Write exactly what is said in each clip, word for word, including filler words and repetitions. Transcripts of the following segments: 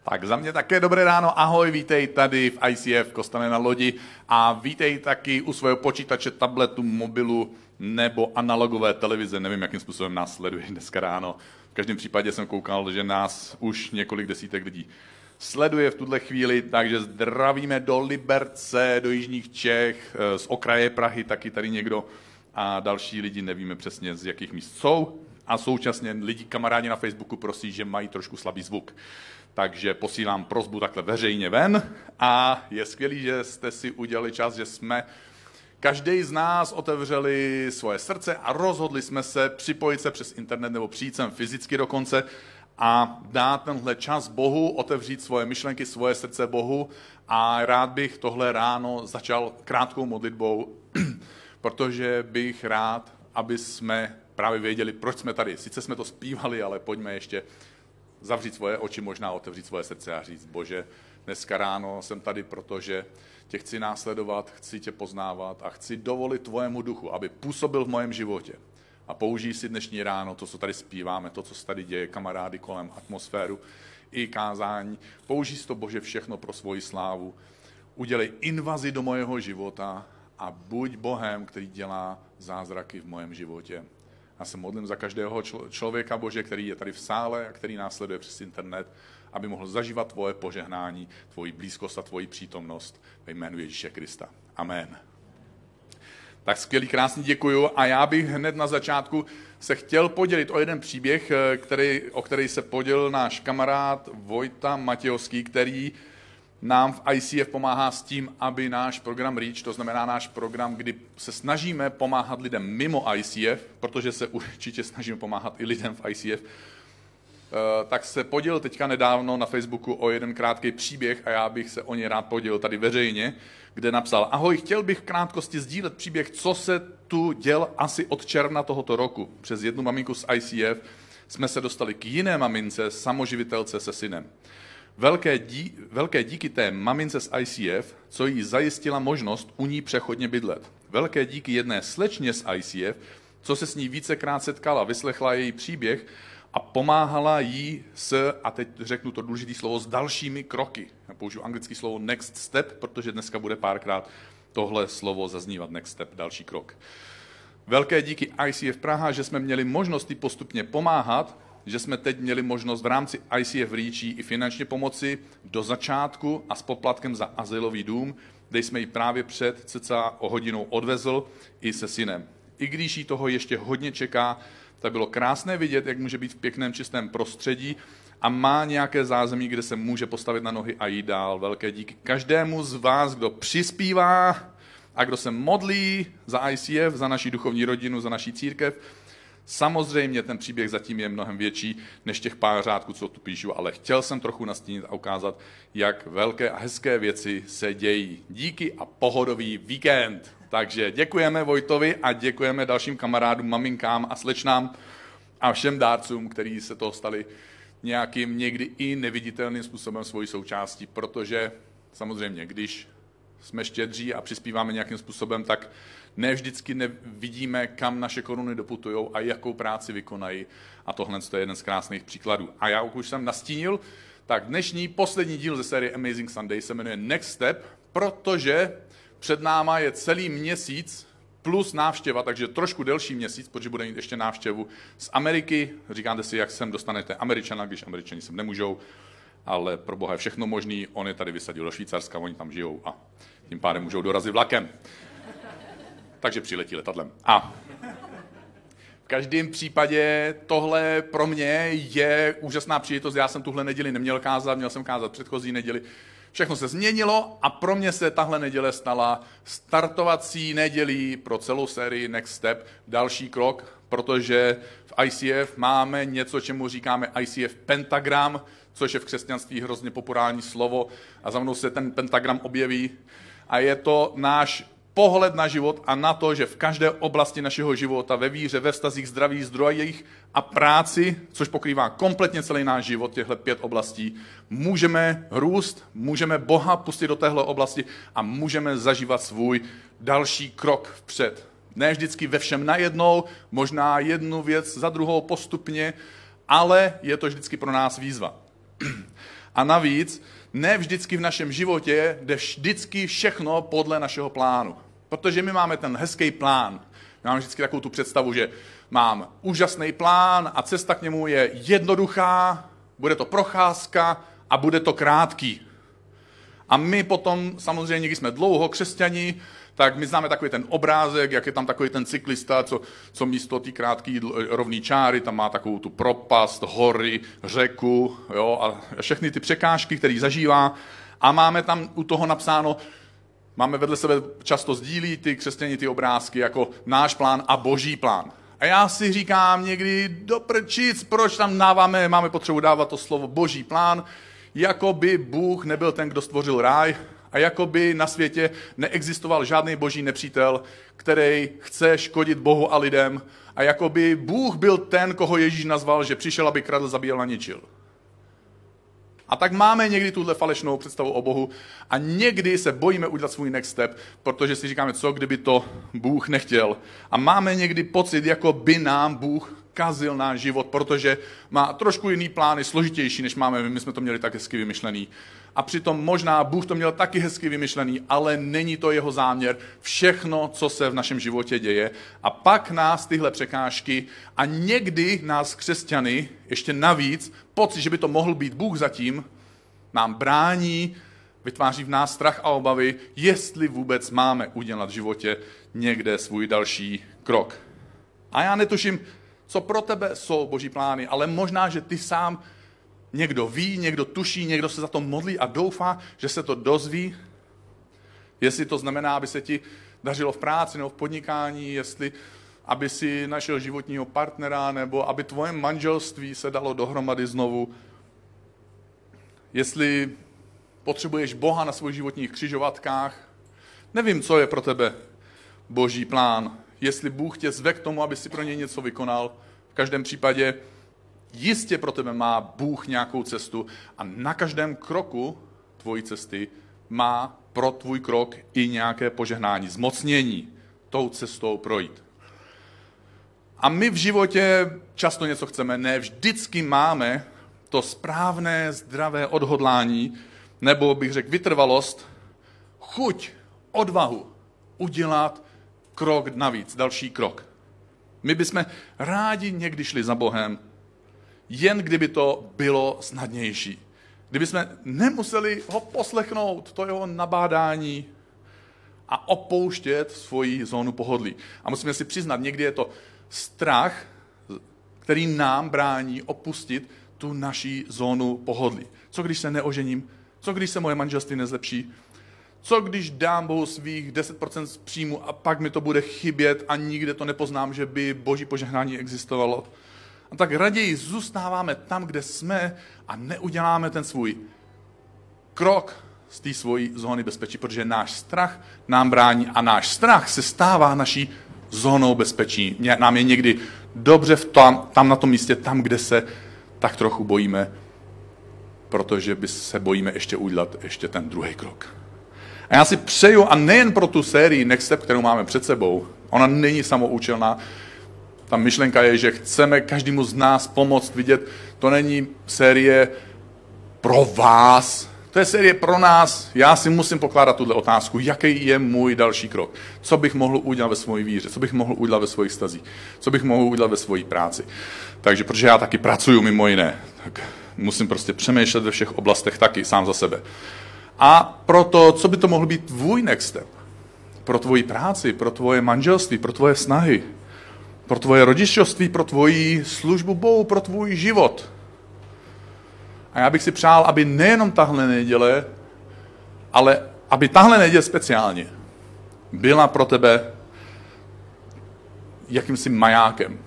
Tak za mě také dobré ráno, ahoj, vítej tady v I C F Kostane na lodi a vítej taky u svého počítače, tabletu, mobilu nebo analogové televize, nevím, jakým způsobem nás sleduje dneska ráno. V každém případě jsem koukal, že nás už několik desítek lidí sleduje v tuhle chvíli, takže zdravíme do Liberce, do jižních Čech, z okraje Prahy taky tady někdo a další lidi nevíme přesně, z jakých míst jsou. A současně lidi, kamarádi na Facebooku prosí, že mají trošku slabý zvuk. Takže posílám prosbu takhle veřejně ven a je skvělý, že jste si udělali čas, že jsme každý z nás otevřeli svoje srdce a rozhodli jsme se připojit se přes internet nebo přijít sem fyzicky dokonce a dát tenhle čas Bohu, otevřít svoje myšlenky, svoje srdce Bohu a rád bych tohle ráno začal krátkou modlitbou, protože bych rád, aby jsme právě věděli, proč jsme tady. Sice jsme to zpívali, ale pojďme ještě zavřít svoje oči, možná otevřít svoje srdce a říct, Bože, dneska ráno jsem tady, protože tě chci následovat, chci tě poznávat a chci dovolit tvojemu duchu, aby působil v mém životě. A použij si dnešní ráno to, co tady zpíváme, to, co se tady děje, kamarády kolem, atmosféru i kázání. Použij si to, Bože, všechno pro svoji slávu. Udělej invazi do mojeho života a buď Bohem, který dělá zázraky v mém životě. Já se modlím za každého člověka, Bože, který je tady v sále a který následuje přes internet, aby mohl zažívat tvoje požehnání, tvoji blízkost a tvoji přítomnost ve jménu Ježíše Krista. Amen. Tak skvělý, krásný, děkuju. A já bych hned na začátku se chtěl podělit o jeden příběh, který, o který se podělil náš kamarád Vojta Matějovský, který nám v I C F pomáhá s tím, aby náš program REACH, to znamená náš program, kdy se snažíme pomáhat lidem mimo I C F, protože se určitě snažíme pomáhat i lidem v I C F, tak se podělil teďka nedávno na Facebooku o jeden krátký příběh a já bych se o něj rád podělil tady veřejně, kde napsal: Ahoj, chtěl bych v krátkosti sdílet příběh, co se tu děl asi od června tohoto roku. Přes jednu maminku z I C F jsme se dostali k jiné mamince, samoživitelce se synem. Velké, dí, velké díky té mamince z I C F, co jí zajistila možnost u ní přechodně bydlet. Velké díky jedné slečně z I C F, co se s ní vícekrát setkala, vyslechla její příběh a pomáhala jí s, a teď řeknu to důležité slovo, s dalšími kroky. Já použiju anglické slovo next step, protože dneska bude párkrát tohle slovo zaznívat, next step, další krok. Velké díky I C F Praha, že jsme měli možnost jí postupně pomáhat, že jsme teď měli možnost v rámci I C F REACH i finančně pomoci do začátku a s poplatkem za azylový dům, kde jsme ji právě před cca o hodinou odvezl i se synem. I když jí toho ještě hodně čeká, tak bylo krásné vidět, jak může být v pěkném čistém prostředí a má nějaké zázemí, kde se může postavit na nohy a jít dál. Velké díky každému z vás, kdo přispívá a kdo se modlí za I C F, za naši duchovní rodinu, za naši církev. Samozřejmě ten příběh zatím je mnohem větší než těch pár řádků, co tu píšu, ale chtěl jsem trochu nastínit a ukázat, jak velké a hezké věci se dějí. Díky a pohodový víkend. Takže děkujeme Vojtovi a děkujeme dalším kamarádům, maminkám a slečnám a všem dárcům, kteří se toho stali nějakým někdy i neviditelným způsobem svojí součástí, protože samozřejmě, když jsme štědří a přispíváme nějakým způsobem, tak ne vždycky nevidíme, kam naše koruny doputujou a jakou práci vykonají. A tohle je jeden z krásných příkladů. A já už jsem nastínil, tak dnešní poslední díl ze série Amazing Sunday se jmenuje Next Step, protože před náma je celý měsíc plus návštěva, takže trošku delší měsíc, protože bude mít ještě návštěvu z Ameriky. Říkáte si, jak sem dostanete Američana, když Američani sem nemůžou, ale pro Boha je všechno možný, on je tady vysadil do Švýcarska, oni tam žijou a tím pádem můžou dorazit vlakem. Takže přiletí letadlem. A v každém případě tohle pro mě je úžasná příležitost. Já jsem tuhle neděli neměl kázat, měl jsem kázat předchozí neděli. Všechno se změnilo a pro mě se tahle neděle stala startovací nedělí pro celou sérii Next Step, další krok, protože v I C F máme něco, čemu říkáme I C F pentagram, což je v křesťanství hrozně populární slovo a za mnou se ten pentagram objeví a je to náš pohled na život a na to, že v každé oblasti našeho života, ve víře, ve vztazích, zdraví, zdrojích a práci, což pokrývá kompletně celý náš život, těchto pět oblastí, můžeme růst, můžeme Boha pustit do téhle oblasti a můžeme zažívat svůj další krok vpřed. Ne vždycky ve všem najednou, možná jednu věc za druhou postupně, ale je to vždycky pro nás výzva. A navíc, ne vždycky v našem životě jde vždycky všechno podle našeho plánu. Protože my máme ten hezký plán. My máme vždycky takovou tu představu, že mám úžasný plán a cesta k němu je jednoduchá, bude to procházka a bude to krátký. A my potom, samozřejmě, když jsme dlouho křesťani, tak my známe takový ten obrázek, jak je tam takový ten cyklista, co, co místo té krátké rovné čáry, tam má takovou tu propast, hory, řeku, jo, a všechny ty překážky, které zažívá. A máme tam u toho napsáno, máme vedle sebe často sdílí ty křesťani ty obrázky jako náš plán a boží plán. A já si říkám někdy, do prčic, proč tam dáváme, máme potřebu dávat to slovo boží plán, jako by Bůh nebyl ten, kdo stvořil ráj a jako by na světě neexistoval žádný boží nepřítel, který chce škodit Bohu a lidem a jako by Bůh byl ten, koho Ježíš nazval, že přišel, aby kradl, zabíjel a ničil. A tak máme někdy tuhle falešnou představu o Bohu a někdy se bojíme udělat svůj next step, protože si říkáme, co kdyby to Bůh nechtěl. A máme někdy pocit, jako by nám Bůh kazil náš život, protože má trošku jiný plány, složitější, než máme my, my jsme to měli tak hezky vymyšlený. A přitom možná Bůh to měl taky hezky vymyšlený, ale není to jeho záměr. Všechno, co se v našem životě děje. A pak nás tyhle překážky a někdy nás křesťany, ještě navíc, pocit, že by to mohl být Bůh zatím, nám brání, vytváří v nás strach a obavy, jestli vůbec máme udělat v životě někde svůj další krok. A já netuším, co pro tebe jsou boží plány, ale možná, že ty sám někdo ví, někdo tuší, někdo se za to modlí a doufá, že se to dozví. Jestli to znamená, aby se ti dařilo v práci nebo v podnikání, jestli aby si našel životního partnera, nebo aby tvoje manželství se dalo dohromady znovu. Jestli potřebuješ Boha na svých životních křižovatkách. Nevím, co je pro tebe boží plán. Jestli Bůh tě zve k tomu, aby si pro něj něco vykonal. V každém případě jistě pro tebe má Bůh nějakou cestu a na každém kroku tvojí cesty má pro tvůj krok i nějaké požehnání, zmocnění tou cestou projít. A my v životě často něco chceme, ne vždycky máme to správné, zdravé odhodlání, nebo bych řekl vytrvalost, chuť, odvahu udělat krok navíc, další krok. My bychom rádi někdy šli za Bohem, jen kdyby to bylo snadnější. Kdyby jsme nemuseli ho poslechnout, to jeho nabádání a opouštět svoji zónu pohodlí. A musíme si přiznat, někdy je to strach, který nám brání opustit tu naší zónu pohodlí. Co když se neožením? Co když se moje manželství nezlepší? Co když dám Bohu svých deset procent z příjmu a pak mi to bude chybět a nikde to nepoznám, že by boží požehnání existovalo? A tak raději zůstáváme tam, kde jsme a neuděláme ten svůj krok z té svojí zóny bezpečí, protože náš strach nám brání a náš strach se stává naší zónou bezpečí. Nám je někdy dobře v tom, tam na tom místě, tam, kde se tak trochu bojíme, protože by se bojíme ještě udělat ještě ten druhý krok. A já si přeju, a nejen pro tu sérii Next Step, kterou máme před sebou, ona není samoučelná, ta myšlenka je, že chceme každému z nás pomoct vidět, to není série pro vás, to je série pro nás, já si musím pokládat tuhle otázku, jaký je můj další krok, co bych mohl udělat ve své víře, co bych mohl udělat ve svých stazích, co bych mohl udělat ve své práci. Takže, protože já taky pracuju mimo jiné, tak musím prostě přemýšlet ve všech oblastech taky, sám za sebe. A proto, co by to mohl být tvůj next step? Pro tvoji práci, pro tvoje manželství, pro tvoje snahy, pro tvoje rodičovství, pro tvoji službu Bohu, pro tvůj život. A já bych si přál, aby nejenom tahle neděle, ale aby tahle neděle speciálně byla pro tebe jakýmsi majákem.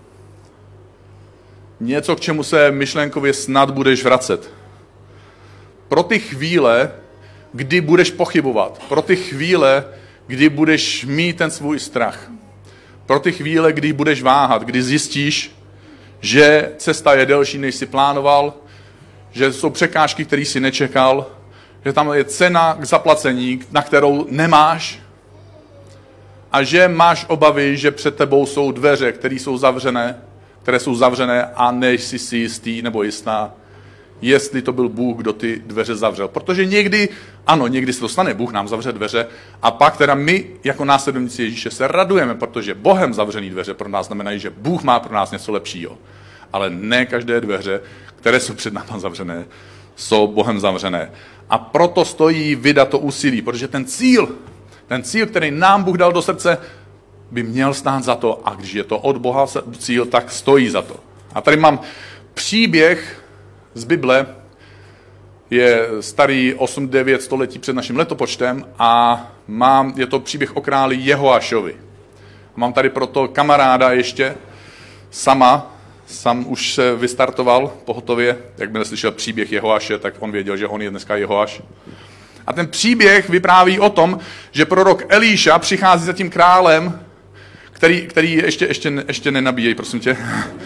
Něco, k čemu se myšlenkově snad budeš vracet. Pro ty chvíle, kdy budeš pochybovat. Pro ty chvíle, kdy budeš mít ten svůj strach. Pro ty chvíle, kdy budeš váhat, kdy zjistíš, že cesta je delší, než jsi plánoval, že jsou překážky, které jsi nečekal, že tam je cena k zaplacení, na kterou nemáš a že máš obavy, že před tebou jsou dveře, které jsou zavřené, které jsou zavřené a nejsi si jistý nebo jistá, jestli to byl Bůh, kdo ty dveře zavřel. Protože někdy, ano, někdy se to stane, Bůh nám zavře dveře a pak teda my jako následovníci Ježíše se radujeme, protože Bohem zavřený dveře pro nás znamenají, že Bůh má pro nás něco lepšího. Ale ne každé dveře, které jsou před námi zavřené, jsou Bohem zavřené. A proto stojí vydat to úsilí, protože ten cíl, ten cíl, který nám Bůh dal do srdce, by měl stát za to. A když je to od Boha cíl, tak stojí za to. A tady mám příběh z Bible, je starý osm devět století před naším letopočtem a mám, je to příběh o králi Jehoašovi. Mám tady proto kamaráda ještě, sama, sam už se vystartoval pohotově, jak byl slyšel příběh Jehoaše, tak on věděl, že on je dneska Jehoaš. A ten příběh vypráví o tom, že prorok Elíša přichází za tím králem, který, který ještě, ještě, ještě nenabíjej, prosím tě.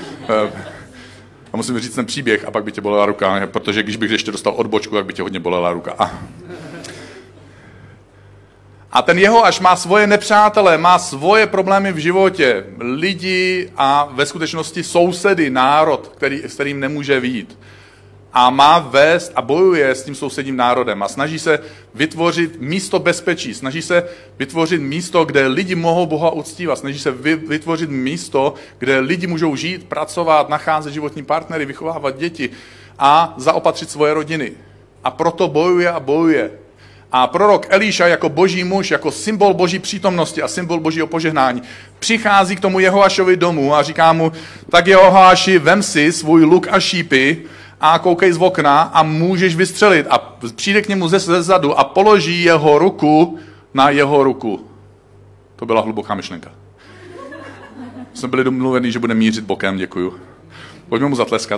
A musím říct ten příběh a pak by tě bolela ruka, protože když bych ještě dostal odbočku, tak by tě hodně bolela ruka. A, a ten Jehoaš má svoje nepřátele, má svoje problémy v životě, lidi a ve skutečnosti sousedy, národ, který, s kterým nemůže vyjít. A má vést a bojuje s tím sousedním národem a snaží se vytvořit místo bezpečí, snaží se vytvořit místo, kde lidi mohou Boha uctívat, snaží se vytvořit místo, kde lidi můžou žít, pracovat, nacházet životní partnery, vychovávat děti a zaopatřit svoje rodiny. A proto bojuje a bojuje. A prorok Elíša jako boží muž, jako symbol boží přítomnosti a symbol božího požehnání přichází k tomu Jehoašovi domů a říká mu, tak Jehoaši, vem si svůj luk a šípy a koukej z okna a můžeš vystřelit. A přijde k němu ze, ze zadu a položí jeho ruku na jeho ruku. To byla hluboká myšlenka. Jsme byli domluveni, že bude mířit bokem, děkuju. Pojďme mu zatleskat.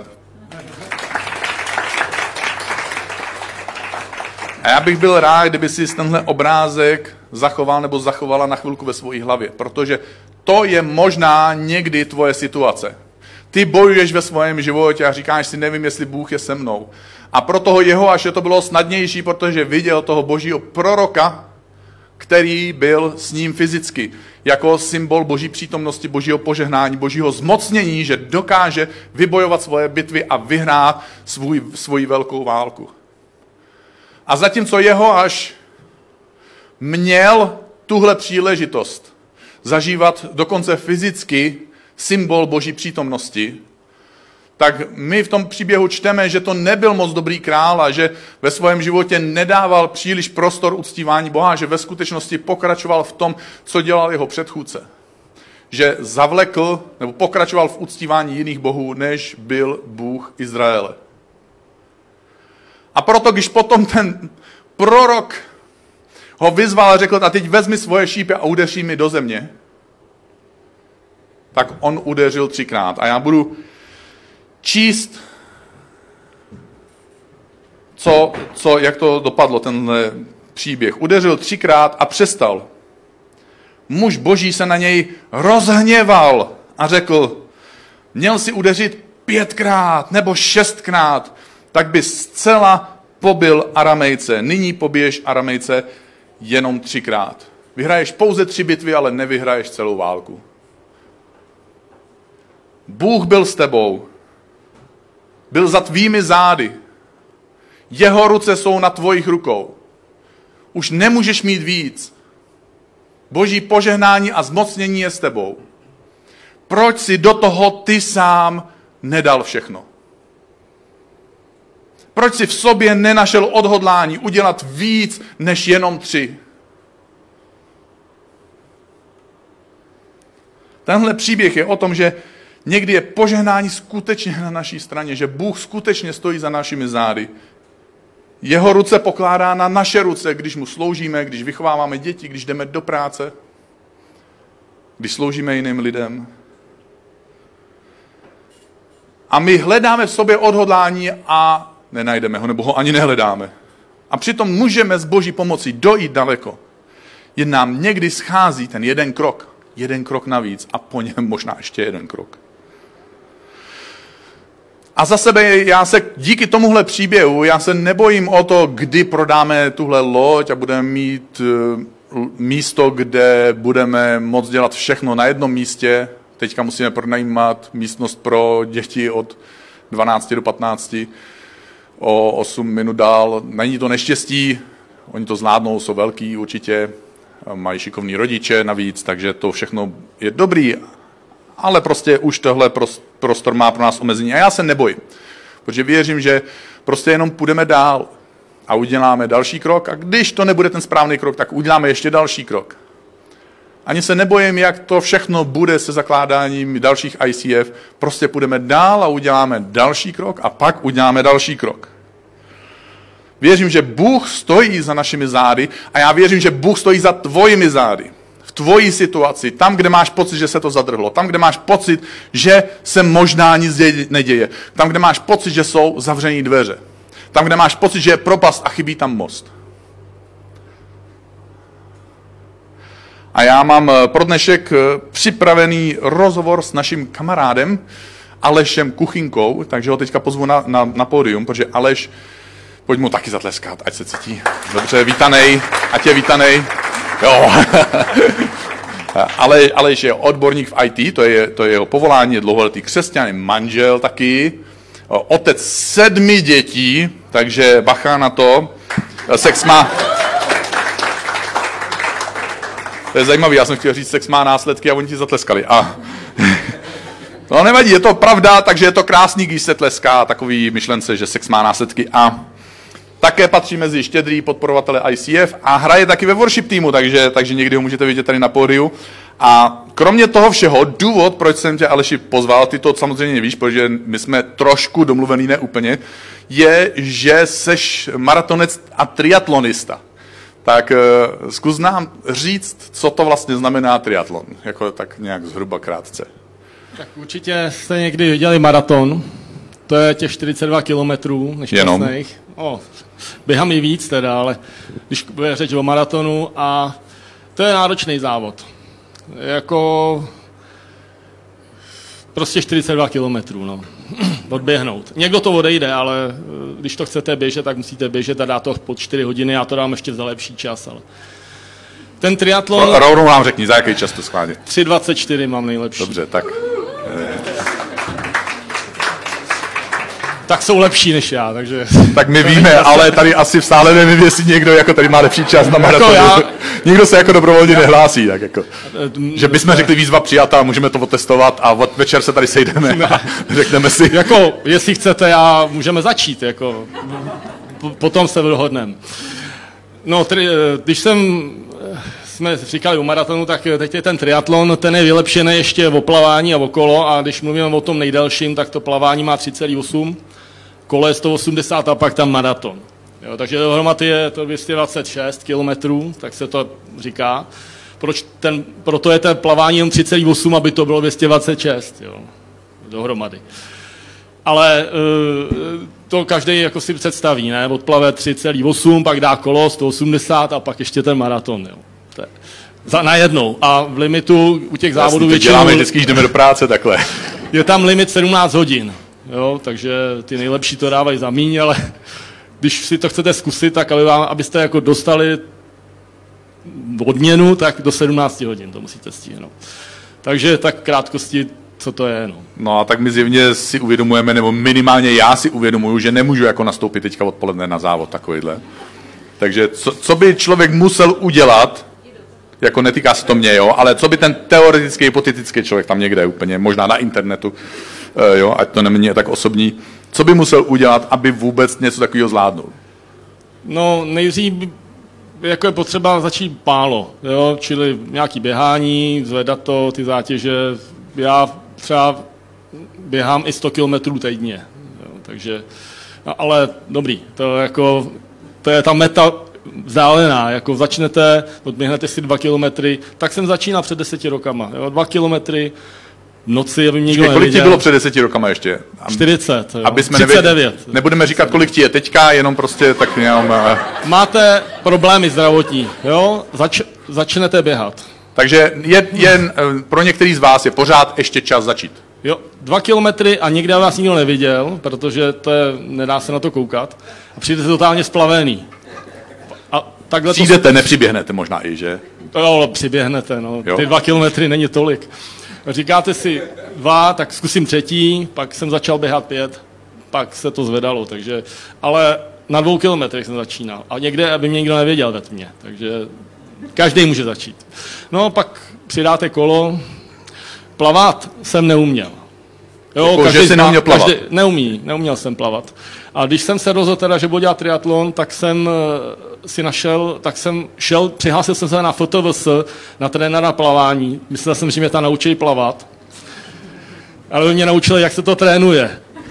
A já bych byl rád, kdyby si tenhle obrázek zachoval nebo zachovala na chvilku ve své hlavě, protože to je možná někdy tvoje situace. Ty bojuješ ve svém životě a říkáš si, nevím, jestli Bůh je se mnou. A pro toho Jehoaše to bylo snadnější, protože viděl toho božího proroka, který byl s ním fyzicky, jako symbol boží přítomnosti, božího požehnání, božího zmocnění, že dokáže vybojovat svoje bitvy a vyhrát svůj, svoji velkou válku. A zatímco Jehoaš měl tuhle příležitost zažívat dokonce fyzicky symbol boží přítomnosti, tak my v tom příběhu čteme, že to nebyl moc dobrý král a že ve svém životě nedával příliš prostor uctívání Boha, že ve skutečnosti pokračoval v tom, co dělal jeho předchůdce. Že zavlekl nebo pokračoval v uctívání jiných bohů, než byl Bůh Izraele. A proto, když potom ten prorok ho vyzval a řekl, a teď vezmi svoje šípy a udeří mi do země, tak on udeřil třikrát. A já budu číst, co, co, jak to dopadlo, tenhle příběh. Udeřil třikrát a přestal. Muž boží se na něj rozhněval a řekl, měl si udeřit pětkrát nebo šestkrát, tak by zcela pobil Aramejce. Nyní pobiješ Aramejce jenom třikrát. Vyhraješ pouze tři bitvy, ale nevyhraješ celou válku. Bůh byl s tebou. Byl za tvými zády. Jeho ruce jsou na tvojich rukou. Už nemůžeš mít víc. Boží požehnání a zmocnění je s tebou. Proč si do toho ty sám nedal všechno? Proč si v sobě nenašel odhodlání udělat víc než jenom tři? Tenhle příběh je o tom, že někdy je požehnání skutečně na naší straně, že Bůh skutečně stojí za našimi zády. Jeho ruce pokládá na naše ruce, když mu sloužíme, když vychováváme děti, když jdeme do práce, když sloužíme jiným lidem. A my hledáme v sobě odhodlání a nenajdeme ho, nebo ho ani nehledáme. A přitom můžeme s Boží pomocí dojít daleko. Jen nám někdy schází ten jeden krok, jeden krok navíc a po něm možná ještě jeden krok. A za sebe já se díky tomuhle příběhu, já se nebojím o to, kdy prodáme tuhle loď a budeme mít místo, kde budeme moct dělat všechno na jednom místě. Teďka musíme pronajímat místnost pro děti od dvanácti do patnácti o osm minut dál. Není to neštěstí, oni to zvládnou, jsou velký určitě, mají šikovní rodiče navíc, takže to všechno je dobrý, ale prostě už tohle prostor má pro nás omezení. A já se nebojím, protože věřím, že prostě jenom půjdeme dál a uděláme další krok a když to nebude ten správný krok, tak uděláme ještě další krok. Ani se nebojím, jak to všechno bude se zakládáním dalších I C F. Prostě půjdeme dál a uděláme další krok a pak uděláme další krok. Věřím, že Bůh stojí za našimi zády a já věřím, že Bůh stojí za tvojimi zády. V tvojí situaci, tam, kde máš pocit, že se to zadrhlo, tam, kde máš pocit, že se možná nic neděje, tam, kde máš pocit, že jsou zavřené dveře, tam, kde máš pocit, že je propast a chybí tam most. A já mám pro dnešek připravený rozhovor s naším kamarádem Alešem Kuchynkou, takže ho teďka pozvu na, na, na pódium, protože Aleš, pojď mu taky zatleskat, ať se cítí. Dobře, vítanej, ať je vítanej. Jo. Ale, Aleš je odborník v I T, to je, to je jeho povolání, je dlouholetý křesťan, je manžel taky, otec sedmi dětí, takže bacha na to. Sex má... To je zajímavý, já jsem chtěl říct, sex má následky a oni ti zatleskali. A... No nevadí, je to pravda, takže je to krásný, když se tleská takový myšlence, že sex má následky. A také patří mezi štědrý podporovatele I C F a hraje taky ve worship týmu, takže, takže někdy ho můžete vidět tady na pódiu. A kromě toho všeho, důvod, proč jsem tě, Aleši, pozval, ty to samozřejmě víš, protože my jsme trošku domluvený, ne úplně, je, že seš maratonec a triatlonista. Tak uh, zkus nám říct, co to vlastně znamená triatlon, jako tak nějak zhruba krátce. Tak určitě jste někdy viděli maraton, to je těch čtyřicet dva kilometrů nešťastných. O, běhám i víc teda, ale když bude řeč o maratonu a to je náročný závod. Jako prostě čtyřicet dva kilometrů, no. Odběhnout. Někdo to odejde, ale když to chcete běžet, tak musíte běžet a dát to pod čtyři hodiny, já to dám ještě za lepší čas, ale ten triatlon... Rovnou nám řekni, za jaký čas to schválně. tři dvacet čtyři mám nejlepší. Dobře, tak... Tak jsou lepší než já, takže... Tak my víme, ale tady asi v sále nevím, jestli někdo jako tady má lepší čas na maratonu. Jako já... Nikdo se jako dobrovolně nehlásí, tak jako... Že bychom řekli výzva přijatá, můžeme to otestovat a od večer se tady sejdeme a řekneme si... Jako, jestli chcete, já můžeme začít, jako... Potom se dohodneme. No, tri... když jsem... jsme říkali o maratonu, tak teď je ten triatlon, ten je vylepšený ještě o plavání a okolo a když mluvíme o tom nejdelším, tak to plavání má tři celá osm, kolo je sto osmdesát a pak tam maraton. Jo, takže dohromady je to dvě stě dvacet šest kilometrů, tak se to říká. Proč ten, proto je to plavání jen tři celá osm, aby to bylo dvě stě dvacet šest, jo, dohromady. Ale to každý jako si představí, ne? Odplave tři celá osm, pak dá kolo sto osmdesát a pak ještě ten maraton, jo. Za, najednou. A v limitu u těch závodů Jasný, většinou... děláme vždycky, když jdeme do práce, takhle. Je tam limit sedmnáct hodin. Jo, takže ty nejlepší to dávají za míň, ale když si to chcete zkusit, tak aby vám, abyste jako dostali odměnu, tak do sedmnáct hodin to musíte stihnout. Takže tak krátkosti, co to je. No. no a tak my zjevně si uvědomujeme, nebo minimálně já si uvědomuju, že nemůžu jako nastoupit teďka odpoledne na závod takovýhle. Takže co, co by člověk musel udělat, jako netýká se to mě, jo, ale co by ten teoretický, hypotetický člověk tam někde úplně, možná na internetu, jo, ať to není tak osobní, co by musel udělat, aby vůbec něco takového zvládnul? No nejdřív jako je potřeba začít málo, jo, čili nějaký běhání, zvedat to, ty zátěže. Já třeba běhám i sto kilometrů týdně, jo, takže, ale dobrý, to jako, to je ta meta vzdálená, jako začnete, odběhnete si dva kilometry, tak jsem začínal před deseti rokama, jo, dva kilometry, v noci, aby mě nikdo neviděl. Kolik ti bylo před deseti rokama ještě? čtyřicet, jo. Aby jsme třicet devět. Nevěděli, nebudeme říkat, kolik ti je teďka, jenom prostě tak jenom... Máte problémy zdravotní, jo, Zač, začnete běhat. Takže je, jen pro některý z vás je pořád ještě čas začít. Jo, dva kilometry a někde vás nikdo neviděl, protože to je, nedá se na to koukat, a přijdete totálně splavený. A takhle Přijdete, to... nepřiběhnete možná i, že? Jo, přiběhnete, no. Jo. Ty dva kilometry není tolik. Říkáte si dva, tak zkusím třetí, pak jsem začal běhat pět. pak se to zvedalo, takže, ale na dvou kilometrech jsem začínal. A někde, aby mě nikdo nevěděl ve tmě, takže každý může začít. No, pak přidáte kolo, plavat jsem neuměl. Jo, jako, každý že jsi neuměl plavat? Každý, neumí, neuměl jsem plavat. A když jsem se rozhodl teda, že budu dělat triatlon, tak jsem si našel, tak jsem šel, přihlásil jsem se na F T V S, na trenéra plavání. Myslel jsem, že mě tam naučí plavat. Ale mě naučili, jak se to trénuje.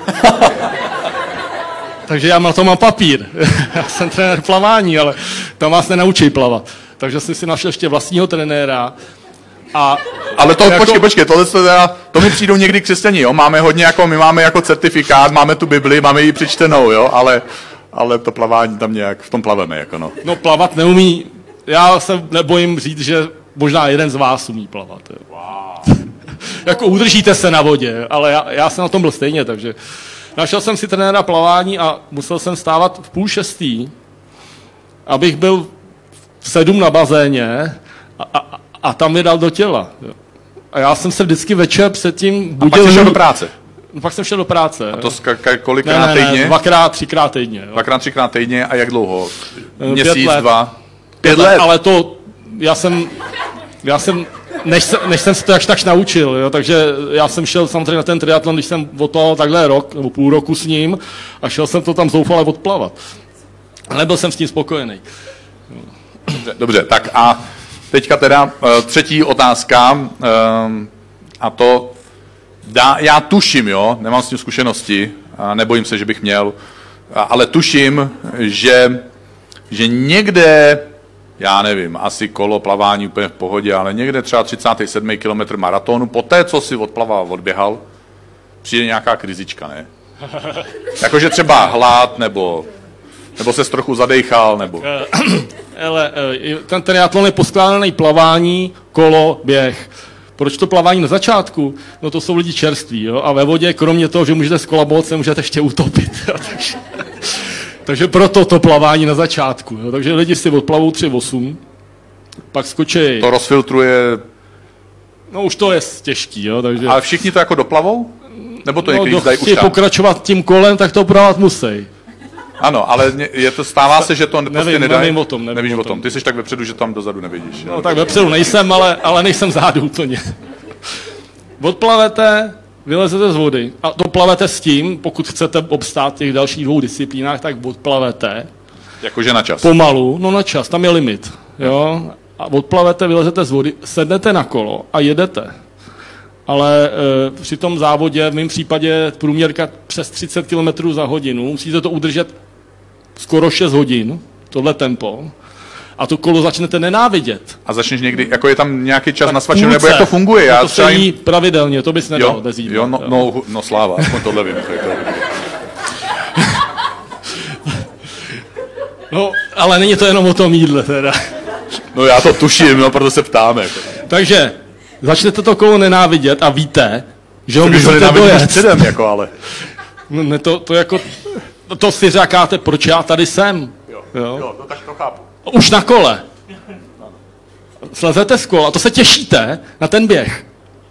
Takže já na to mám papír. Já jsem trenér plavání, ale tam vás nenaučí plavat. Takže jsem si našel ještě vlastního trenéra. A ale to, jako... počkej, počkej, tohle to, teda, to mi přijdou někdy křesťaní, jo, máme hodně jako, my máme jako certifikát, máme tu Bibli, máme ji přečtenou, jo, ale, ale to plavání tam nějak, v tom plaveme, jako no. No plavat neumí, já se nebojím říct, že možná jeden z vás umí plavat, jo. Wow. Jako udržíte se na vodě, ale já, já jsem na tom byl stejně, takže našel jsem si trenéra plavání a musel jsem stávat v půl šestý, abych byl v sedm na bazéně a, a, a tam mi dal do těla. Jo. A já jsem se vždycky večer předtím budil. A pak jsi šel do práce? No, pak jsem šel do práce. A to ska- kolikrát ne, ne, týdně? Ne, dvakrát, třikrát týdně. Jo. Dvakrát, třikrát týdně a jak dlouho? Měsíc, Pět let. dva? Pět, Pět let. let? Ale to, já jsem, já jsem, než, se, než jsem se to až tak naučil, jo, takže já jsem šel samozřejmě na ten triatlon, když jsem odplaval takhle rok, nebo půl roku s ním a šel jsem to tam zoufale odplavat. A nebyl jsem s tím spokojený. Dobře, dobře, tak a teďka teda uh, třetí otázka, um, a to, dá, já tuším, jo, nemám s tím zkušenosti, a nebojím se, že bych měl, a, ale tuším, že, že někde, já nevím, asi kolo, plavání úplně v pohodě, ale někde třeba třicátý sedmý kilometr maratonu, po té, co si odplaval, odběhal, přijde nějaká krizička, ne? Jakože třeba hlad, nebo, nebo ses trochu zadejchal, nebo... Ale ten triatlon je poskládaný plavání, kolo, běh. Proč to plavání na začátku? No to jsou lidi čerství, jo? A ve vodě, kromě toho, že můžete skolabovat, se můžete ještě utopit. takže, takže proto to plavání na začátku. Jo? Takže lidi si odplavou tři osm, pak skočí. To rozfiltruje... No už to je těžký, jo? Takže... Ale všichni to jako doplavou? Nebo to no, někdy dají už tam? pokračovat tím kolem, tak to plavat musí. Ano, ale je to, stává se, že to nevím, prostě nedají. Nevím o tom. Nevím Nevíš o o tom. Ty jsi tak vepředu, že tam dozadu nevidíš. No tak vepředu nejsem, ale, ale nejsem zádu úplně. Odplavete, vylezete z vody a to plavete s tím, pokud chcete obstát v těch dalších dvou disciplínách, tak odplavete. Jakože na čas. Pomalu, no na čas, tam je limit. Jo? A odplavete, vylezete z vody, sednete na kolo a jedete. Ale e, při tom závodě, v mém případě průměrka přes třicet kilometrů za hodinu, musíte to udržet skoro šest hodin, tohle tempo, a to kolo začnete nenávidět. A začneš někdy, jako je tam nějaký čas tak na svačinu, nebo jak to funguje? Já to se jí pravidelně, to bys nedal bez jídla. Jo, no, no, no sláva, aspoň tohle vím. No, ale není to jenom o tom jídle teda. No já to tuším, no, proto se ptáme. Jako. Takže začnete to kolo nenávidět a víte, že ho musíte dojet. Předem, jako, ale. No, ne, to, to jako, to si říkáte, proč já tady jsem. Jo, jo? jo no tak to chápu. Už na kole. Slezete z kola a to se těšíte na ten běh.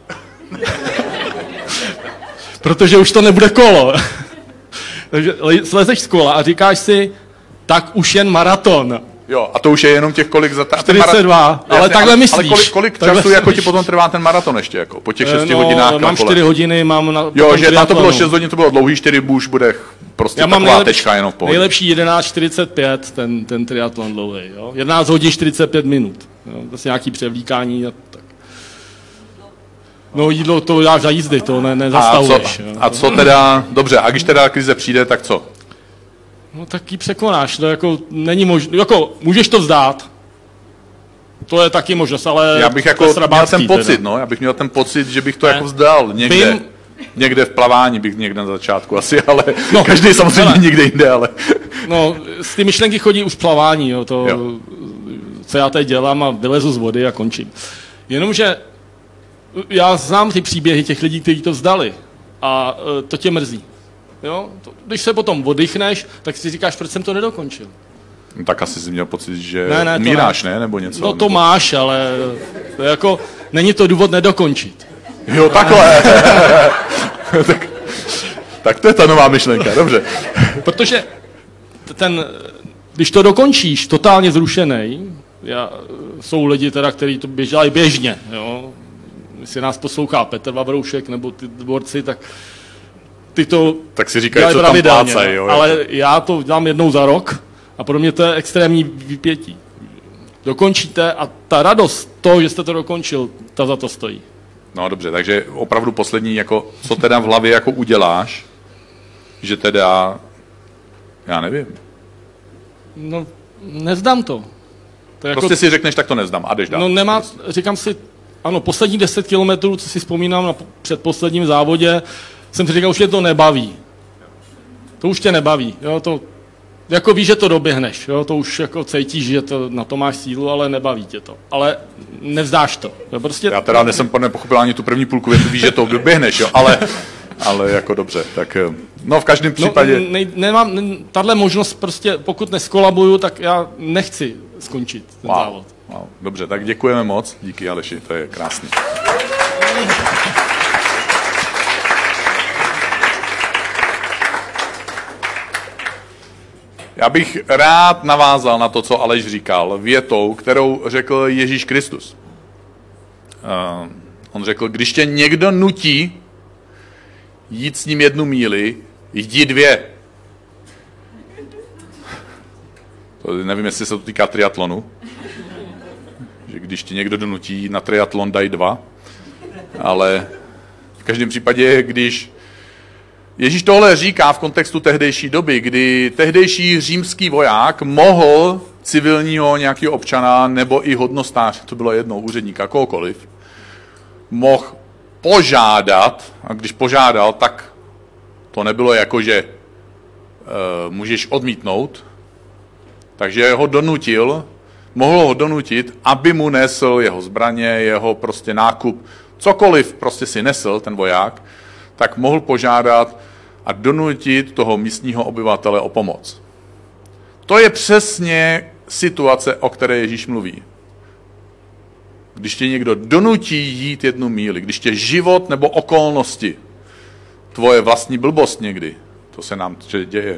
Protože už to nebude kolo. Takže slezeš z kola a říkáš si, tak už jen maraton. Jo, a to už je jenom těch kolik za ta, čtyřicet dva, mara... ale takhle ale, myslíš. Ale kolik, kolik takhle času jako myslíš. ti potom trvá ten maraton ještě, jako, po těch šesti no, hodinách na mám kole? čtyři hodiny, mám na Jo, že na to bylo šest hodin, to bylo dlouhý, čtyři už bude prostě já taková mám nejlepší, tečka jenom v pohodě. Nejlepší jedenáct čtyřicet pět, ten, ten triatlon dlouhý, jo. jedenáct hodin čtyřicet pět minut, jo. Zase nějaký převlíkání a tak. No jídlo to dáš za jízdy, to ne, nezastavuješ. A co, a co teda, dobře, a když teda krize přijde, tak co? No tak ji překonáš, to jako není možné, jako můžeš to vzdát, to je taky možnost, ale já bych jako měl ten pocit, teda. no, já bych měl ten pocit, že bych to ne. jako vzdal někde, Vím. někde v plavání bych někde na začátku asi, ale no, každý samozřejmě ale, někde jinde, ale. No, z ty myšlenky chodí už plavání, jo, to, jo. co já teď dělám a vylezu z vody a končím. Jenomže já znám ty příběhy těch lidí, kteří to vzdali a to tě mrzí. Jo? Když se potom oddychneš, tak si říkáš, proč jsem to nedokončil. No, tak asi jsi měl pocit, že ne, ne, umíráš, ne? Nebo něco? No to nebo... máš, ale to jako, není to důvod nedokončit. Jo, takhle. tak, Tak to je ta nová myšlenka, dobře. Protože ten, když to dokončíš totálně zrušený, já, jsou lidi teda, kteří to běžali běžně, jo. Jestli nás poslouchá Petr Vavroušek nebo ty dvorci, tak ty to tak si říkají, co tam plácají. Jo, ale jako. Já to dělám jednou za rok a pro mě to je extrémní vypětí. Dokončíte a ta radost toho, že jste to dokončil, ta za to stojí. No dobře, takže opravdu poslední, jako, co teda v hlavě jako uděláš, že teda, já nevím. No, nezdám to. to jako, prostě si řekneš, tak to nezdám a jdeš dál. No nemá, říkám si, ano, poslední deset kilometrů, co si vzpomínám na předposledním závodě, jsem si říkal, už mě to nebaví. To už tě nebaví, jo, to, jako víš, že to doběhneš, jo, to už jako cítíš, že to, na to máš sílu, ale nebaví tě to. Ale nevzdáš to. Jo, prostě... Já teda nesem nepochopil ani tu první půlku větu, víš, že to doběhneš, jo, ale, ale jako dobře, tak no v každém případě... No, ne, nemám, ne, tahle možnost prostě, pokud neskolabuju, tak já nechci skončit ten wow, závod. Wow, dobře, tak děkujeme moc, díky Aleši, to je krásný. Já bych rád navázal na to, co Aleš říkal, větou, kterou řekl Ježíš Kristus. Uh, on řekl, když tě někdo nutí jít s ním jednu míli, jdi dvě. To nevím, jestli se to týká triatlonu. Že když tě někdo donutí na triatlon, daj dva. Ale v každém případě, když Ježíš tohle říká v kontextu tehdejší doby, kdy tehdejší římský voják mohl civilního nějakého občana nebo i hodnostáře, to bylo jedno, úředníka, kohokoliv, mohl požádat, a když požádal, tak to nebylo jako, že e, můžeš odmítnout, takže ho donutil, mohl ho donutit, aby mu nesl jeho zbraně, jeho prostě nákup, cokoliv prostě si nesl ten voják, tak mohl požádat a donutit toho místního obyvatele o pomoc. To je přesně situace, o které Ježíš mluví. Když tě někdo donutí jít jednu míli, když tě život nebo okolnosti, tvoje vlastní blbost někdy, to se nám děje,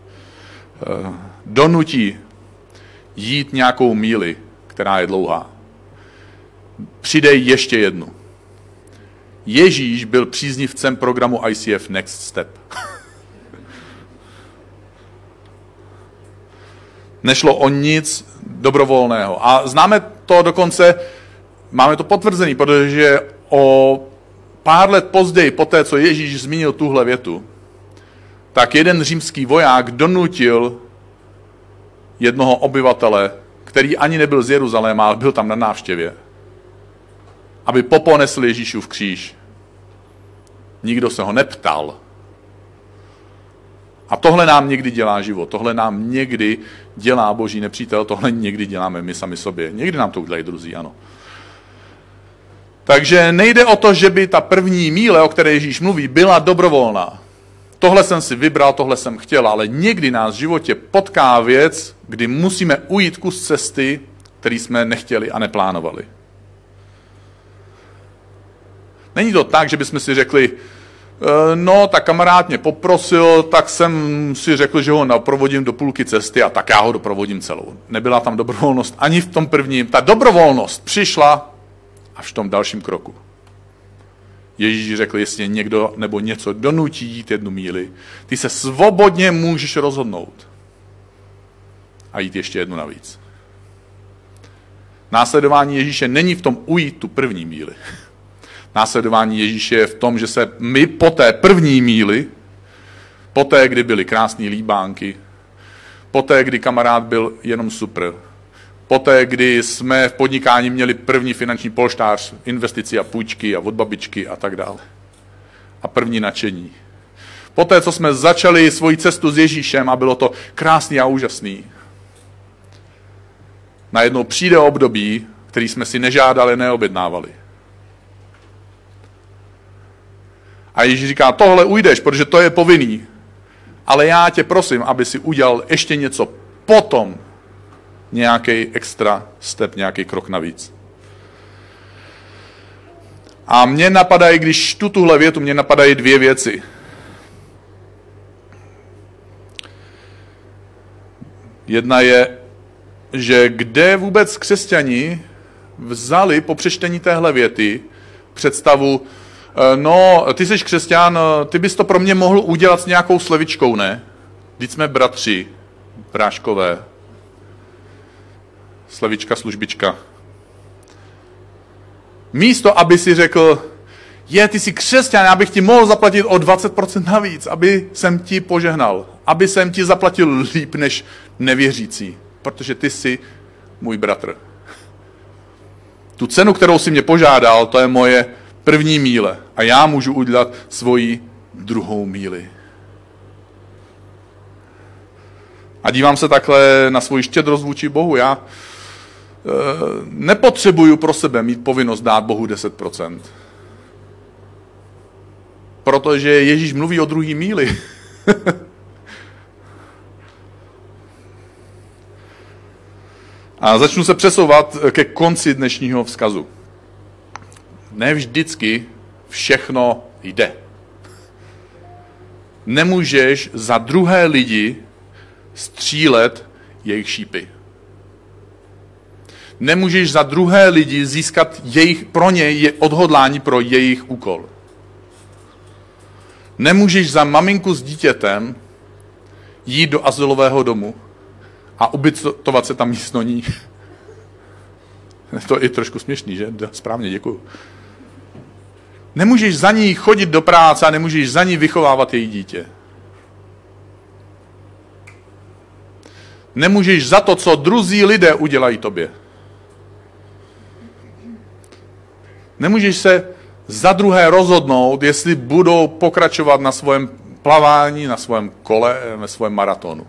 donutí jít nějakou míli, která je dlouhá, přidej ještě jednu. Ježíš byl příznivcem programu I C F Next Step. Nešlo o nic dobrovolného. A známe to dokonce, máme to potvrzený, protože o pár let později, po té, co Ježíš zmínil tuhle větu, tak jeden římský voják donutil jednoho obyvatele, který ani nebyl z Jeruzaléma, ale byl tam na návštěvě, aby poponesl Ježíšův kříž. Nikdo se ho neptal. A tohle nám někdy dělá život, tohle nám někdy dělá boží nepřítel, tohle někdy děláme my sami sobě. Někdy nám to udělají druzí, ano. Takže nejde o to, že by ta první míle, o které Ježíš mluví, byla dobrovolná. Tohle jsem si vybral, tohle jsem chtěl, ale někdy nás v životě potká věc, kdy musíme ujít kus cesty, který jsme nechtěli a neplánovali. Není to tak, že bychom si řekli, no, tak kamarád mě poprosil, tak jsem si řekl, že ho doprovodím do půlky cesty a tak já ho doprovodím celou. Nebyla tam dobrovolnost ani v tom prvním. Ta dobrovolnost přišla až v tom dalším kroku. Ježíš řekl, jestli někdo nebo něco donutí jít jednu míli, ty se svobodně můžeš rozhodnout a jít ještě jednu navíc. Následování Ježíše není v tom ujít tu první míli. Následování Ježíše je v tom, že se my po té první míli, po té, kdy byly krásné líbánky, po té, kdy kamarád byl jenom super, po té, kdy jsme v podnikání měli první finanční polštář, investici a půjčky a od babičky a tak dále. A první nadšení. Po té, co jsme začali svoji cestu s Ježíšem a bylo to krásný a úžasný, najednou přijde období, který jsme si nežádali, neobjednávali. A Ježíš říká, tohle ujdeš, protože to je povinný. Ale já tě prosím, aby si udělal ještě něco potom, nějaký extra step, nějaký krok navíc. A mě napadají, když tu tuhle větu, mě napadají dvě věci. Jedna je, že kde vůbec křesťani vzali po přečtení téhle věty představu, no, ty jsi křesťan, ty bys to pro mě mohl udělat s nějakou slevičkou, ne? Vždyť jsme bratři, bráškové. Slevička, službička. Místo, aby si řekl, je, ty jsi křesťan, já bych ti mohl zaplatit o dvacet procent navíc, aby jsem ti požehnal, aby jsem ti zaplatil líp než nevěřící, protože ty jsi můj bratr. Tu cenu, kterou si mě požádal, to je moje první míle a já můžu udělat svoji druhou míli. A dívám se takhle na svoji štědrost vůči Bohu. Já e, nepotřebuju pro sebe mít povinnost dát Bohu deset procent. Protože Ježíš mluví o druhý míli. A začnu se přesouvat ke konci dnešního vzkazu. Ne vždycky všechno jde. Nemůžeš za druhé lidi střílet jejich šípy. Nemůžeš za druhé lidi získat jejich, pro ně je odhodlání pro jejich úkol. Nemůžeš za maminku s dítětem jít do azylového domu a ubytovat se tam místo ní. To je trošku směšný, že? Správně, děkuju. Nemůžeš za ní chodit do práce a nemůžeš za ní vychovávat její dítě. Nemůžeš za to, co druzí lidé udělají tobě. Nemůžeš se za druhé rozhodnout, jestli budou pokračovat na svém plavání, na svém kole, na svém maratonu.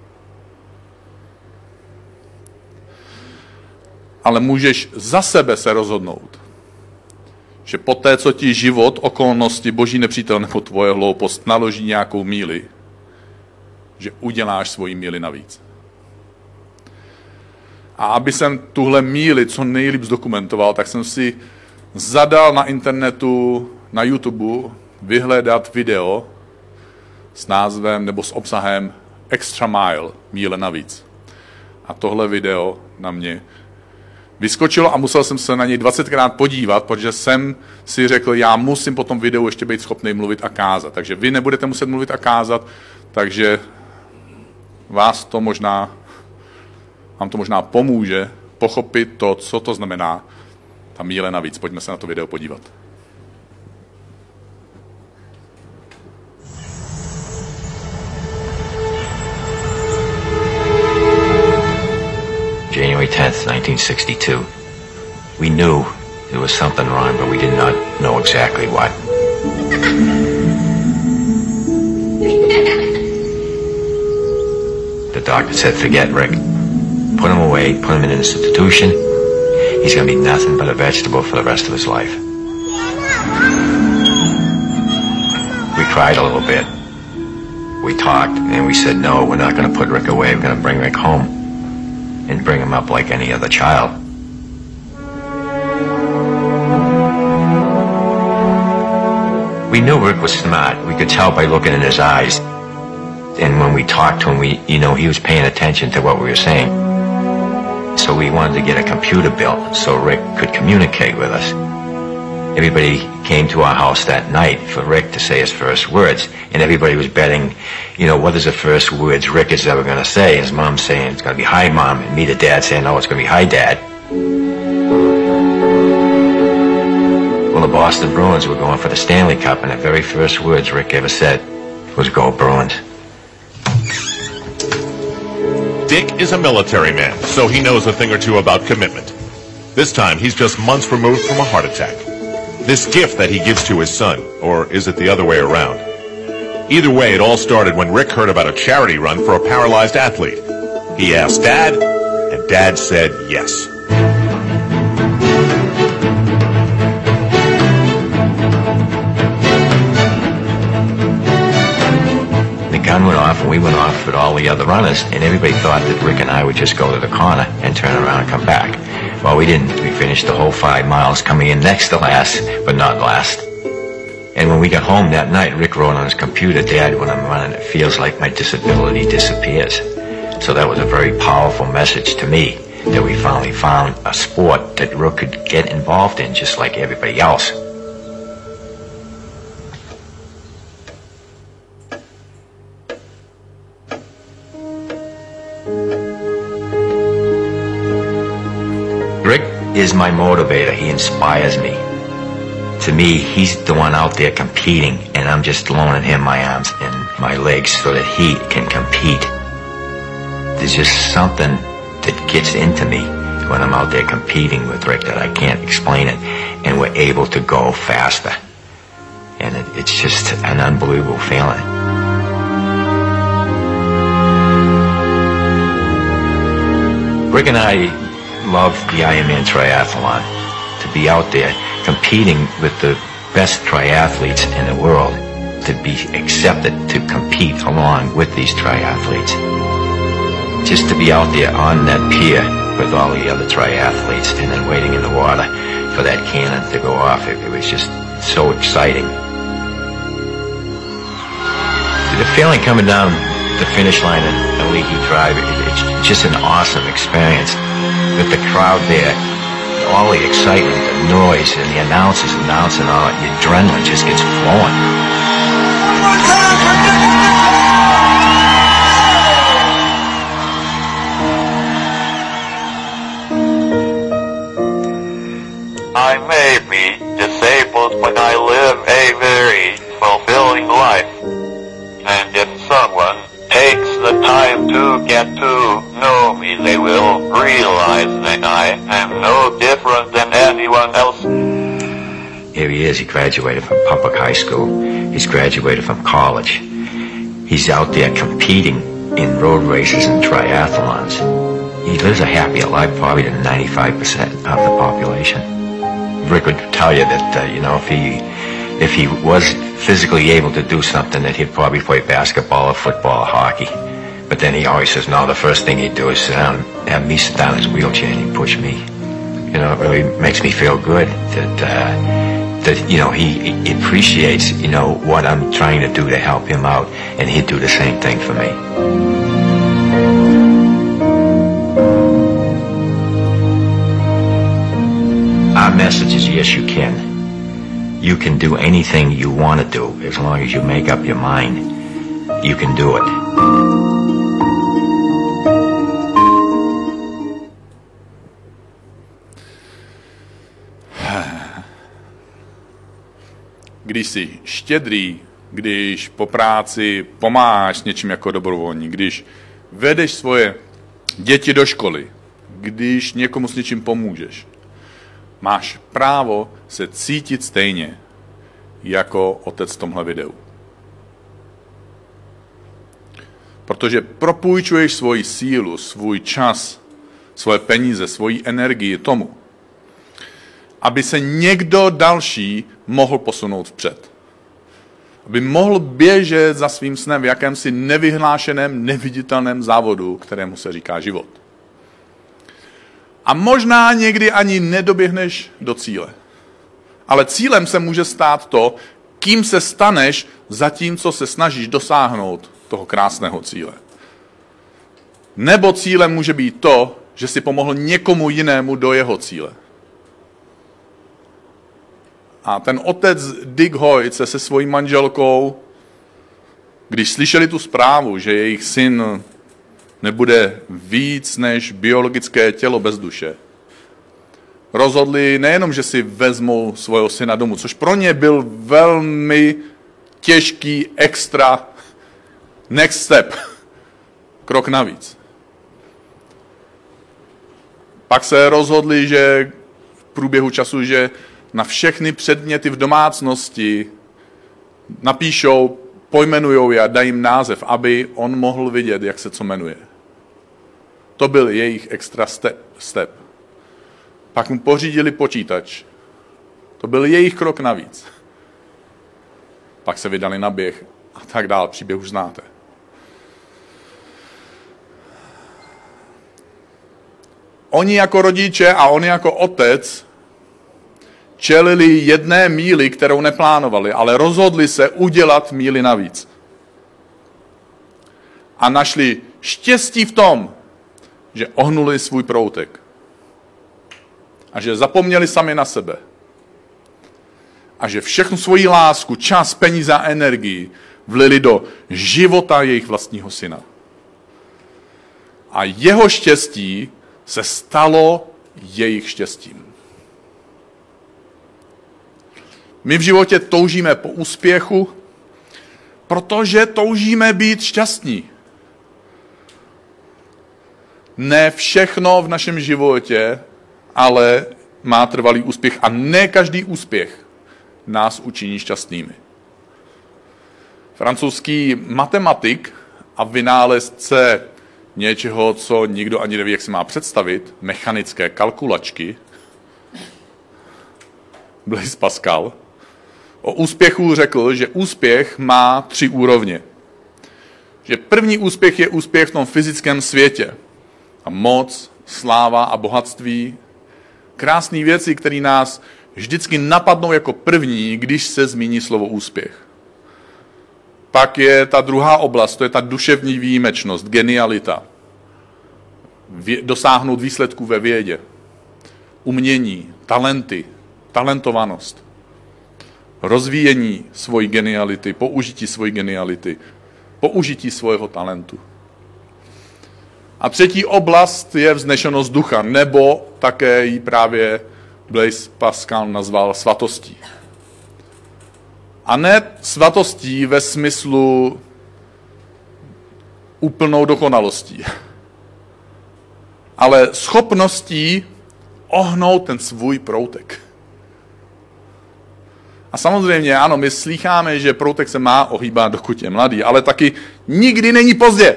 Ale můžeš za sebe se rozhodnout, že poté, co ti život, okolnosti, boží nepřítel nebo tvoje hloupost naloží nějakou míli, že uděláš svoji míli navíc. A aby jsem tuhle míli co nejlíp zdokumentoval, tak jsem si zadal na internetu, na YouTube, vyhledat video s názvem nebo s obsahem Extra Mile, míle navíc. A tohle video na mě vyskočilo a musel jsem se na něj dvacetkrát podívat, protože jsem si řekl, já musím po tom videu ještě být schopný mluvit a kázat. Takže vy nebudete muset mluvit a kázat, takže vás to možná, vám to možná pomůže pochopit to, co to znamená ta míle navíc. Pojďme se na to video podívat. January tenth, nineteen sixty-two. We knew there was something wrong, but we did not know exactly what. The doctor said, forget Rick. Put him away, put him in an institution. He's going to be nothing but a vegetable for the rest of his life. We cried a little bit. We talked, and we said, no, we're not going to put Rick away. We're going to bring Rick home and bring him up like any other child. We knew Rick was smart. We could tell by looking in his eyes. And when we talked to him, we, you know, he was paying attention to what we were saying. So we wanted to get a computer built so Rick could communicate with us. Everybody came to our house that night for Rick to say his first words. And everybody was betting, you know, what is the first words Rick is ever going to say? His mom saying, it's going to be hi, Mom. And me, the dad, saying, no, it's going to be hi, Dad. Well, the Boston Bruins were going for the Stanley Cup, and the very first words Rick ever said was, go Bruins. Dick is a military man, so he knows a thing or two about commitment. This time, he's just months removed from a heart attack. This gift that he gives to his son, or is it the other way around? Either way, it all started when Rick heard about a charity run for a paralyzed athlete. He asked Dad, and Dad said yes. The gun went off, and we went off with all the other runners, and everybody thought that Rick and I would just go to the corner and turn around and come back. Well, we didn't. We finished the whole five miles, coming in next to last, but not last. And when we got home that night, Rick wrote on his computer, Dad, when I'm running, it feels like my disability disappears. So that was a very powerful message to me, that we finally found a sport that Rook could get involved in just like everybody else. Rick is my motivator. He inspires me. To me, he's the one out there competing, and I'm just loaning him my arms and my legs so that he can compete. There's just something that gets into me when I'm out there competing with Rick that I can't explain it, and we're able to go faster. And it, it's just an unbelievable feeling. Rick and I love the Ironman triathlon, to be out there competing with the best triathletes in the world, to be accepted to compete along with these triathletes. Just to be out there on that pier with all the other triathletes and then waiting in the water for that cannon to go off, it, it was just so exciting. The feeling coming down the finish line at Aliki Drive, it, it's just an awesome experience. With the crowd there, all the excitement, the noise, and the announcers announcing, all the adrenaline just gets flowing. I may be disabled, but I live a very fulfilling life. And if someone takes the time to get to know me, they will realize that I am no different than anyone else. Here he is. He graduated from public high school. He's graduated from college. He's out there competing in road races and triathlons. He lives a happier life probably than ninety-five percent of the population. Rick would tell you that, uh, you know, if he if he was physically able to do something, that he'd probably play basketball or football or hockey. But then he always says, no, the first thing he'd do is sit down, have me sit down in his wheelchair and he'd push me. You know, it really makes me feel good that, uh, that, you know, he, he appreciates, you know, what I'm trying to do to help him out, and he'd do the same thing for me. Our message is, yes, you can. You can do anything you want to do as long as you make up your mind. You can do it. Když jsi štědrý, když po práci pomáháš s něčím jako dobrovolník, když vedeš svoje děti do školy, když někomu s něčím pomůžeš, máš právo se cítit stejně jako otec v tomhle videu. Protože propůjčuješ svoji sílu, svůj čas, svoje peníze, svoji energii tomu, aby se někdo další mohl posunout vpřed. Aby mohl běžet za svým snem v jakémsi nevyhlášeném, neviditelném závodu, kterému se říká život. A možná někdy ani nedoběhneš do cíle. Ale cílem se může stát to, kým se staneš za tím, co se snažíš dosáhnout toho krásného cíle. Nebo cílem může být to, že si pomohl někomu jinému do jeho cíle. A ten otec Dick Hoyt se se svojí manželkou, když slyšeli tu zprávu, že jejich syn nebude víc než biologické tělo bez duše, rozhodli nejenom, že si vezmou svého syna domů, což pro ně byl velmi těžký extra next step, krok navíc. Pak se rozhodli, že v průběhu času, že na všechny předměty v domácnosti napíšou, pojmenujou je a dají jim název, aby on mohl vidět, jak se co jmenuje. To byl jejich extra step. step. Pak mu pořídili počítač. To byl jejich krok navíc. Pak se vydali na běh a tak dál. Příběh už znáte. Oni jako rodiče a on jako otec čelili jedné míli, kterou neplánovali, ale rozhodli se udělat míli navíc. A našli Štěstí v tom, že ohnuli svůj proutek. A že zapomněli sami na sebe. A že všechnu svoji lásku, čas, peníze a energii vlili do života jejich vlastního syna. A jeho štěstí se stalo jejich štěstím. My v životě toužíme po úspěchu, protože toužíme být šťastní. Ne všechno v našem životě, ale má trvalý úspěch a ne každý úspěch nás učiní šťastnými. Francouzský matematik a vynálezce něčeho, co nikdo ani neví, jak se má představit, mechanické kalkulačky, Blaise Pascal, o úspěchu řekl, že úspěch má tři úrovně. Že první úspěch je úspěch v tom fyzickém světě. A moc, sláva a bohatství, krásné věci, které nás vždycky napadnou jako první, když se zmíní slovo úspěch. Pak je ta druhá oblast, to je ta duševní výjimečnost, genialita. Vě- dosáhnout výsledků ve vědě, umění, talenty, talentovanost, rozvíjení svojí geniality, použití svojí geniality, použití svého talentu. A třetí oblast je vznešenost ducha, nebo také ji právě Blaise Pascal nazval svatostí. A ne svatostí ve smyslu úplnou dokonalostí, ale schopností ohnout ten svůj proutek. A samozřejmě, ano, my slýcháme, že proutek se má ohýbat, dokud je mladý, ale taky nikdy není pozdě.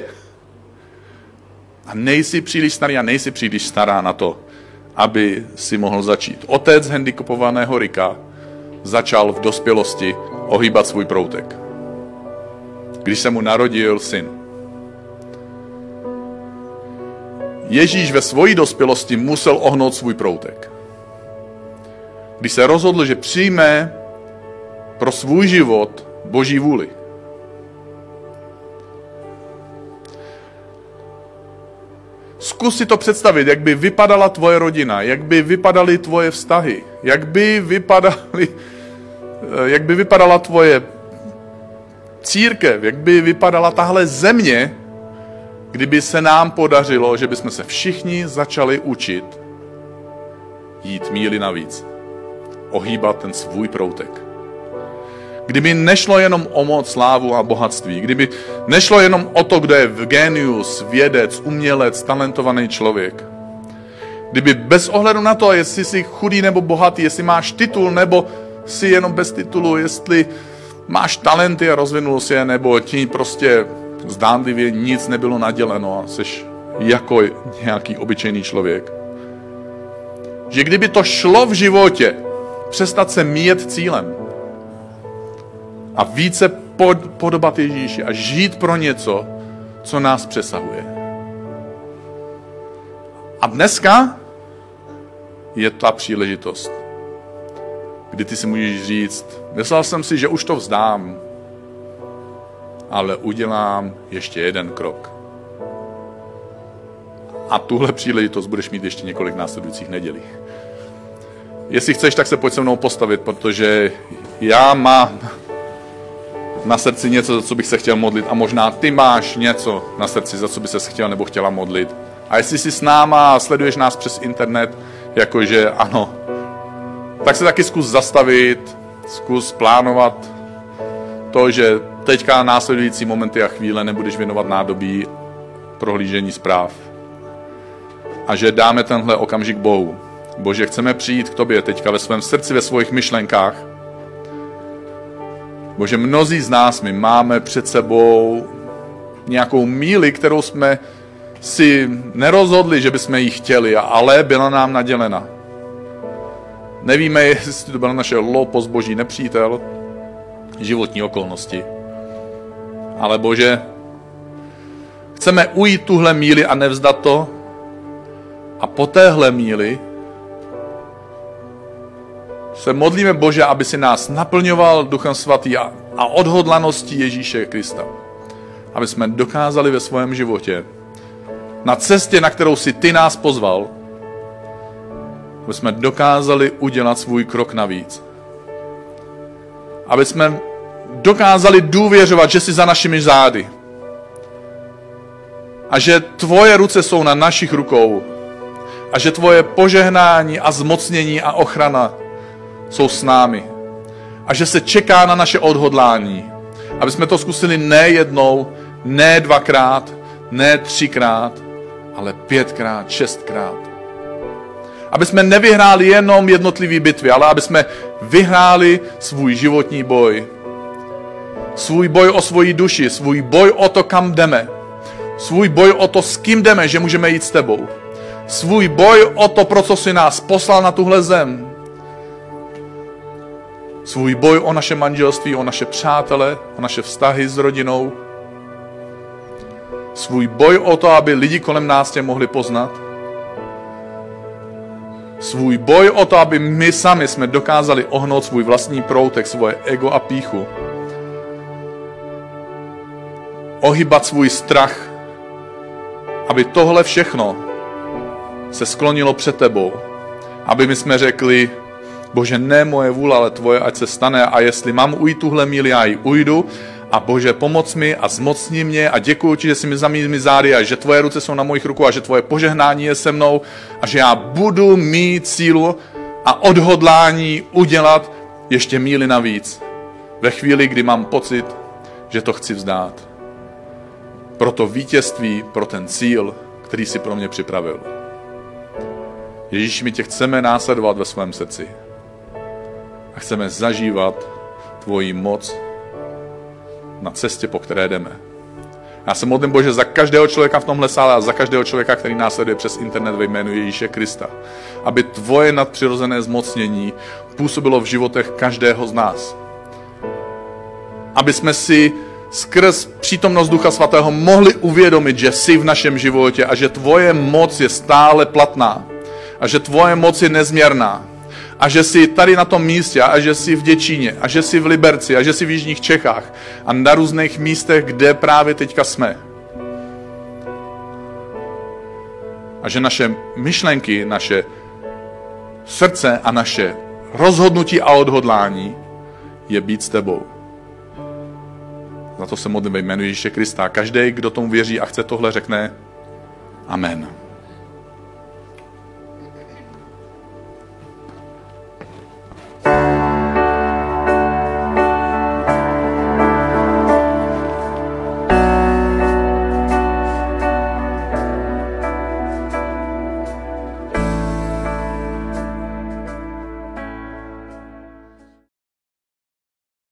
A nejsi příliš starý a nejsi příliš stará na to, aby si mohl začít. Otec handicapovaného Ricka začal v dospělosti ohýbat svůj proutek, když se mu narodil syn. Ježíš ve své dospělosti musel ohnout svůj proutek. Když se rozhodl, že přijme pro svůj život Boží vůli. Zkus si to představit, jak by vypadala tvoje rodina, jak by vypadaly tvoje vztahy, jak by vypadaly, jak by vypadala tvoje církev, jak by vypadala tahle země, kdyby se nám podařilo, že bychom se všichni začali učit jít míli navíc, ohýbat ten svůj proutek. Kdyby nešlo jenom o moc, slávu a bohatství, kdyby nešlo jenom o to, kdo je genius, vědec, umělec, talentovaný člověk, kdyby bez ohledu na to, jestli jsi chudý nebo bohatý, jestli máš titul nebo jsi jenom bez titulu, jestli máš talenty a rozvinul si je, nebo ti prostě zdánlivě nic nebylo naděleno a jsi jako nějaký obyčejný člověk. Že kdyby to šlo v životě, přestat se míjet cílem a více pod, podobat Ježíši a žít pro něco, co nás přesahuje. A dneska je ta příležitost, kdy ty si můžeš říct, myslel jsem si, že už to vzdám, ale udělám ještě jeden krok. A tuhle příležitost budeš mít ještě několik následujících nedělí. Jestli chceš, tak se pojď se mnou postavit, protože já mám na srdci něco, za co bych se chtěl modlit a možná ty máš něco na srdci, za co by ses chtěl nebo chtěla modlit. A jestli jsi s náma a sleduješ nás přes internet, jakože ano, tak se taky zkus zastavit, zkus plánovat to, že teďka následující momenty a chvíle nebudeš věnovat nádobí prohlížení zpráv. A že dáme tenhle okamžik Bohu. Bože, chceme přijít k tobě teďka ve svém srdci, ve svých myšlenkách. Bože, mnozí z nás my máme před sebou nějakou míli, kterou jsme si nerozhodli, že bychom ji chtěli, ale byla nám nadělena. Nevíme, jestli to byla naše loupost, boží nepřítel, životní okolnosti. Ale Bože, chceme ujít tuhle míli a nevzdat to a po téhle míli se modlíme, Bože, aby si nás naplňoval Duchem Svatý a, a odhodlaností Ježíše Krista. Aby jsme dokázali ve svém životě na cestě, na kterou si ty nás pozval, aby jsme dokázali udělat svůj krok navíc. Aby jsme dokázali důvěřovat, že jsi za našimi zády. A že tvoje ruce jsou na našich rukou. A že tvoje požehnání a zmocnění a ochrana jsou s námi. A že se čeká na naše odhodlání. Aby jsme to zkusili ne jednou, ne dvakrát, ne třikrát, ale pětkrát, šestkrát. Aby jsme nevyhráli jenom jednotlivé bitvy, ale aby jsme vyhráli svůj životní boj. Svůj boj o svoji duši, svůj boj o to, kam jdeme. Svůj boj o to, s kým jdeme, že můžeme jít s tebou. Svůj boj o to, pro co jsi nás poslal na tuhle zem. Svůj boj o naše manželství, o naše přátele, o naše vztahy s rodinou. Svůj boj o to, aby lidi kolem nás tě mohli poznat. Svůj boj o to, aby my sami jsme dokázali ohnout svůj vlastní proutek, svoje ego a pýchu. Ohybat svůj strach, aby tohle všechno se sklonilo před tebou. Aby my jsme řekli, Bože, ne moje vůle, ale tvoje, ať se stane, a jestli mám ujít tuhle míli, já ji ujdu. A Bože, pomoc mi a zmocni mě a děkuji ti, že jsi mi za mými zády a že tvoje ruce jsou na mojich rukou a že tvoje požehnání je se mnou a že já budu mít sílu a odhodlání udělat ještě míli navíc. Ve chvíli, kdy mám pocit, že to chci vzdát. Pro to vítězství, pro ten cíl, který si pro mě připravil. Ježíši, my tě chceme následovat ve svém srdci. A chceme zažívat tvoji moc na cestě, po které jdeme. Já se modlím, Bože, za každého člověka v tomhle sále a za každého člověka, který následuje přes internet ve jménu Ježíše Krista. Aby tvoje nadpřirozené zmocnění působilo v životech každého z nás. Aby jsme si skrz přítomnost Ducha Svatého mohli uvědomit, že jsi v našem životě a že tvoje moc je stále platná. A že tvoje moc je nezměrná. A že jsi tady na tom místě, a že jsi v Děčíně, a že jsi v Liberci, a že jsi v jižních Čechách a na různých místech, kde právě teďka jsme. A že naše myšlenky, naše srdce a naše rozhodnutí a odhodlání je být s tebou. Za to se modlím ve jménu Ježíše Krista. Každý, kdo tomu věří a chce tohle, řekne amen.